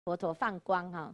佛陀放光哈。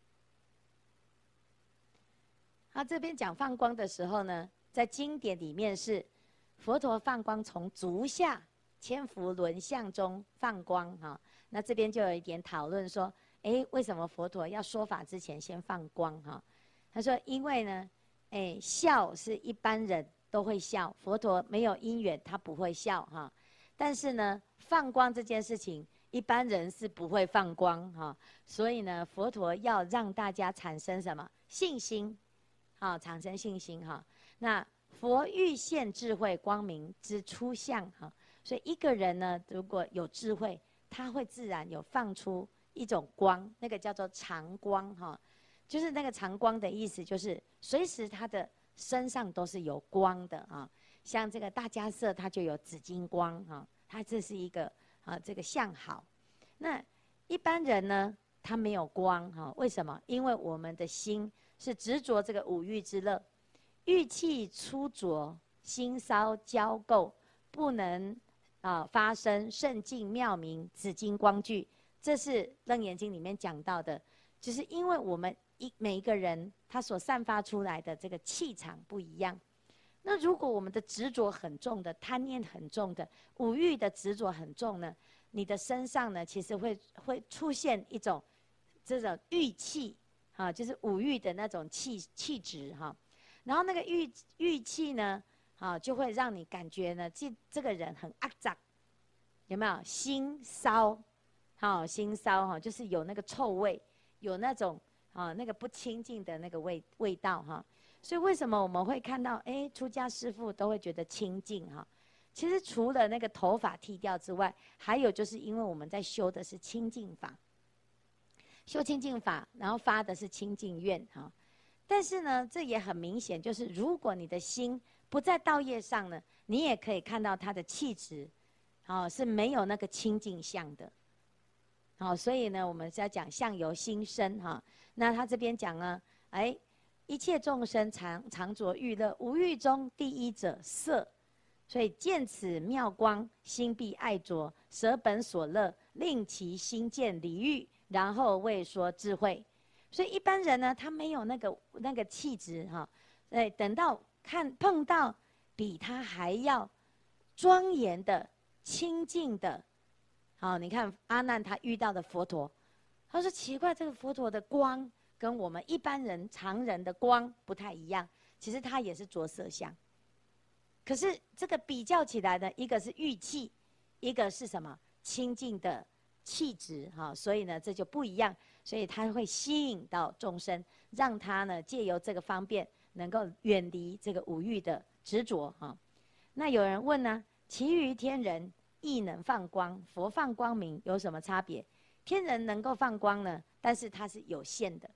他这边讲放光的时候呢，在经典里面是佛陀放光从足下千佛轮相中放光哈。那这边就有一点讨论说，为什么佛陀要说法之前先放光哈？他说因为呢，笑是一般人都会笑，佛陀没有因缘他不会笑哈。但是呢，放光这件事情，一般人是不会放光哈。所以呢，佛陀要让大家产生什么信心？产生信心哈。那佛欲现智慧光明之初相哈，所以一个人呢，如果有智慧，他会自然有放出一种光，那个叫做常光哈。就是那个常光的意思，就是随时他的身上都是有光的啊。像这个大迦叶，它就有紫金光哈，它这是一个这个相好。那一般人呢，他没有光哈，为什么？因为我们的心是执着这个五欲之乐，欲气粗浊，心烧焦垢，不能发生圣净妙明紫金光具。这是楞严经里面讲到的，就是因为我们每一个人他所散发出来的这个气场不一样。那如果我们的执着很重的，贪念很重的，五欲的执着很重呢，你的身上呢，其实会出现一种这种欲气。就是五欲的那种气质哈。然后那个欲气呢，就会让你感觉呢，这个人很肮脏，有没有？心骚，心骚哈，就是有那个臭味，有那种那个不清净的那个味道哈。所以为什么我们会看到出家师父都会觉得清净哈？其实除了那个头发剃掉之外，还有就是因为我们在修的是清净法。修清净法，然后发的是清净愿哈。但是呢，这也很明显，就是如果你的心不在道业上呢，你也可以看到他的气质，是没有那个清净相的。所以呢，我们是要讲相由心生哈。那他这边讲呢，一切众生常着欲乐，无欲中第一者色，所以见此妙光，心必爱着，舍本所乐，令其心见离欲。然后为说智慧，所以一般人呢，他没有那个气质哈。等到碰到比他还要庄严的、清净的，你看阿难他遇到的佛陀，他说奇怪，这个佛陀的光跟我们一般人常人的光不太一样，其实他也是着色相。可是这个比较起来呢，一个是欲气，一个是什么清净的气质哈，所以呢这就不一样，所以它会吸引到众生，让他呢借由这个方便，能够远离这个五欲的执着哈。那有人问呢，其余天人亦能放光，佛放光明有什么差别？天人能够放光呢，但是它是有限的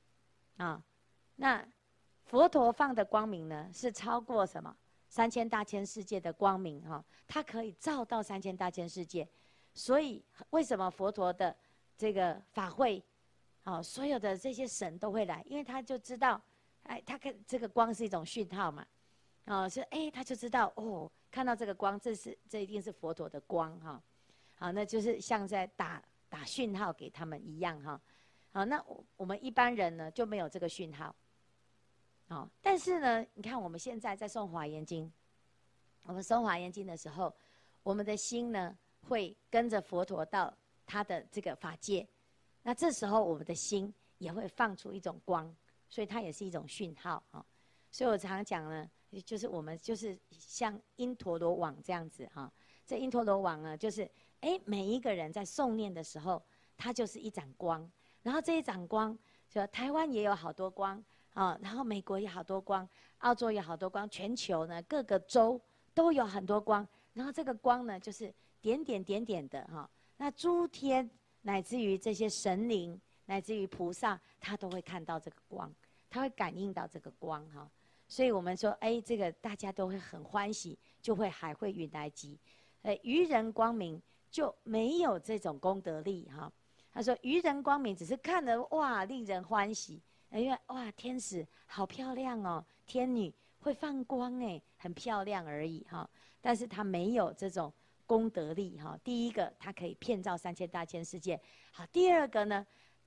那佛陀放的光明呢，是超过什么3000大千世界的光明哈，它可以照到3000大千世界。所以为什么佛陀的这个法会，所有的这些神都会来，因为他就知道，他看这个光是一种讯号嘛，他就知道看到这个光，这一定是佛陀的光哈，那就是像在打讯号给他们一样哈，那我们一般人呢就没有这个讯号，但是呢，你看我们现在在诵华严经，我们诵华严经的时候，我们的心呢，会跟着佛陀到他的这个法界，那这时候我们的心也会放出一种光，所以它也是一种讯号哈。所以我常常讲呢，就是我们就是像因陀罗网这样子哈。这因陀罗网呢，就是每一个人在诵念的时候，它就是一盏光，然后这一盏光，就台湾也有好多光然后美国也好多光，澳洲也好多光，全球呢各个州都有很多光，然后这个光呢就是点点点点的哈，那诸天乃至于这些神灵，乃至于菩萨，他都会看到这个光，他会感应到这个光哈。所以我们说，这个大家都会很欢喜，就会海会云来集。愚人光明就没有这种功德力哈。他说，愚人光明只是看了哇，令人欢喜，因为哇，天使好漂亮哦，天女会放光很漂亮而已哈。但是他没有这种功德力哈。第一个，它可以遍照3000大千世界。好，第二个呢，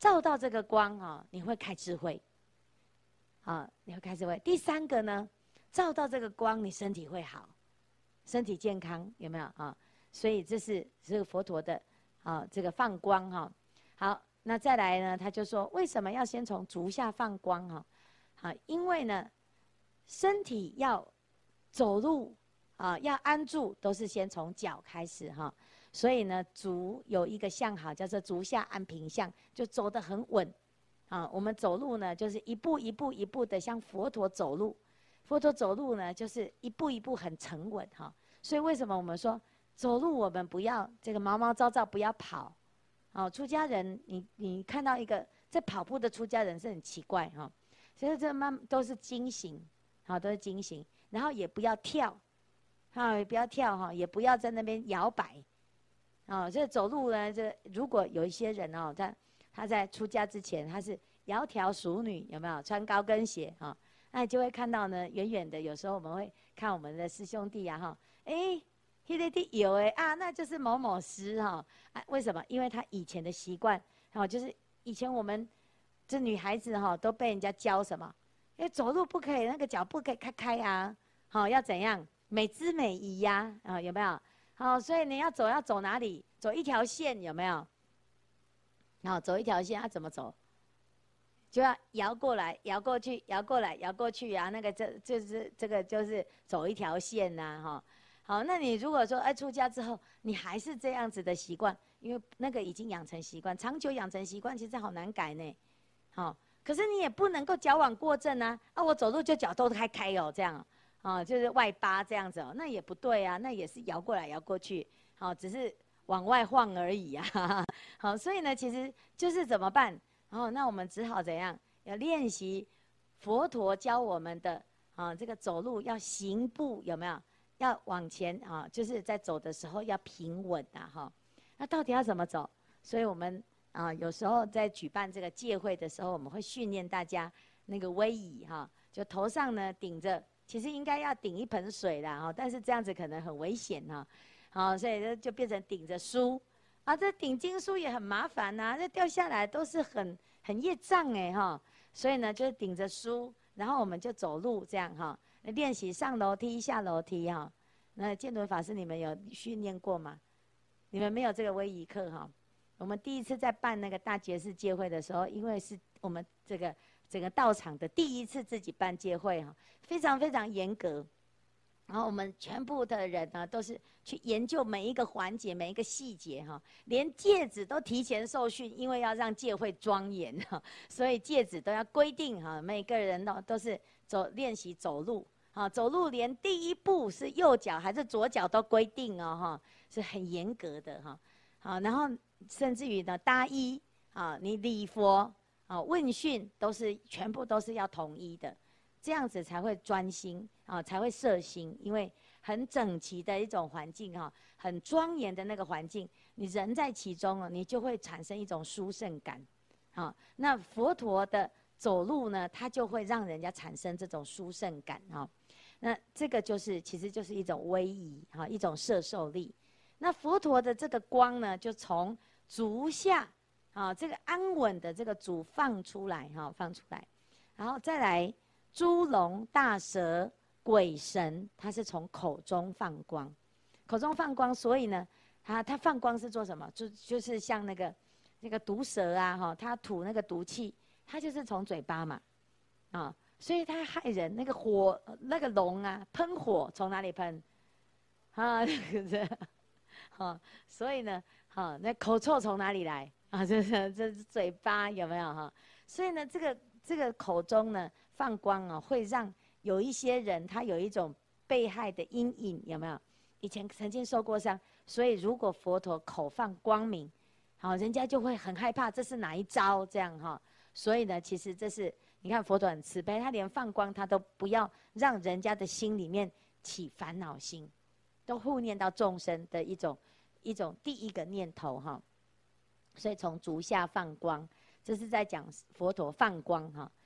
照到这个光哈，你会开智慧，啊，你会开智慧。第三个呢，照到这个光，你身体会好，身体健康，有没有啊？所以这是佛陀的啊这个放光哈。好，那再来呢，他就说为什么要先从足下放光哈？啊，因为呢，身体要走路啊，要安住，都是先从脚开始哈。所以呢，足有一个相好，叫做足下安平相，就走得很稳。啊，我们走路呢，就是一步一步一步的，像佛陀走路。佛陀走路呢，就是一步一步很沉稳哈。所以为什么我们说走路我们不要这个毛毛躁躁，不要跑？哦，出家人，你看到一个在跑步的出家人是很奇怪哈。所以这都是经行，好，都是经行。然后也不要跳，啊，也不要跳哈，也不要在那边摇摆。哦，这走路呢，这如果有一些人哦，他在出家之前，他是窈窕淑女，有没有穿高跟鞋啊？那你就会看到呢，远远的，有时候我们会看我们的师兄弟啊，哈，哎，那个地有哎啊，那就是某某师哈。啊，为什么？因为他以前的习惯，哦，就是以前我们这女孩子哈都被人家教什么？哎，走路不可以，那个脚不可以开开啊，好，要怎样？美姿美仪呀，啊，有没有？好，所以你要走哪里？走一条线有没有？好，走一条线，要怎么走？就要摇过来，摇过去，摇过来，摇过去啊。那个这个就是走一条线呐，哈。好，那你如果说出家之后，你还是这样子的习惯，因为那个已经养成习惯，长久养成习惯，其实好难改呢。好，可是你也不能够矫枉过正啊。啊，我走路就脚都开哦，这样。啊，就是外八这样子哦，那也不对啊，那也是摇过来摇过去，好，只是往外晃而已啊。好，所以呢，其实就是怎么办？哦，那我们只好怎样？要练习佛陀教我们的啊，这个走路要行步，有没有？要往前啊，就是在走的时候要平稳啊，哈。那到底要怎么走？所以我们啊，有时候在举办这个戒会的时候，我们会训练大家那个威仪哈，就头上呢顶着。其实应该要顶一盆水啦，哈，但是这样子可能很危险哈，好，所以就变成顶着书，啊，这顶经书也很麻烦呐，这掉下来都是很业障哎哈，所以呢就是顶着书，然后我们就走路这样哈，练习上楼梯下楼梯哈。那建伦法师你们有训练过吗？你们没有这个威仪课哈？我们第一次在办那个大觉寺戒会的时候，因为是我们这个整个道场的第一次自己办戒会哈，非常非常严格。然后我们全部的人呢，都是去研究每一个环节、每一个细节哈，连戒指都提前受训，因为要让戒会庄严哈，所以戒指都要规定哈，每个人都是练习走路。啊，走路连第一步是右脚还是左脚都规定哦，哈，是很严格的哈。好，然后甚至于呢，搭衣啊，你礼佛啊、问讯都是全部都是要统一的，这样子才会专心啊，才会摄心。因为很整齐的一种环境哈，很庄严的那个环境，你人在其中哦，你就会产生一种殊胜感。好，那佛陀的走路呢，它就会让人家产生这种殊胜感哈。那这个其实就是一种威仪哈，一种摄受力。那佛陀的这个光呢，就从足下啊，这个安稳的这个足放出来哈，放出来，然后再来猪龙大蛇鬼神，它是从口中放光，口中放光，所以呢，它放光是做什么？就是像那个毒蛇啊哈，它吐那个毒气，它就是从嘴巴嘛，啊。所以它害人，那个火，那个龙啊，喷火从哪里喷？啊，是，好，所以呢，好，那口臭从哪里来？啊，这是嘴巴有没有哈？所以呢，这个口中呢放光啊，会让有一些人他有一种被害的阴影，有没有？以前曾经受过伤，所以如果佛陀口放光明，好，人家就会很害怕，这是哪一招这样哈？所以呢，其实这是。你看佛陀很慈悲，他连放光他都不要让人家的心里面起烦恼心，都护念到众生的一种第一个念头哈。所以从足下放光，这是在讲佛陀放光哈。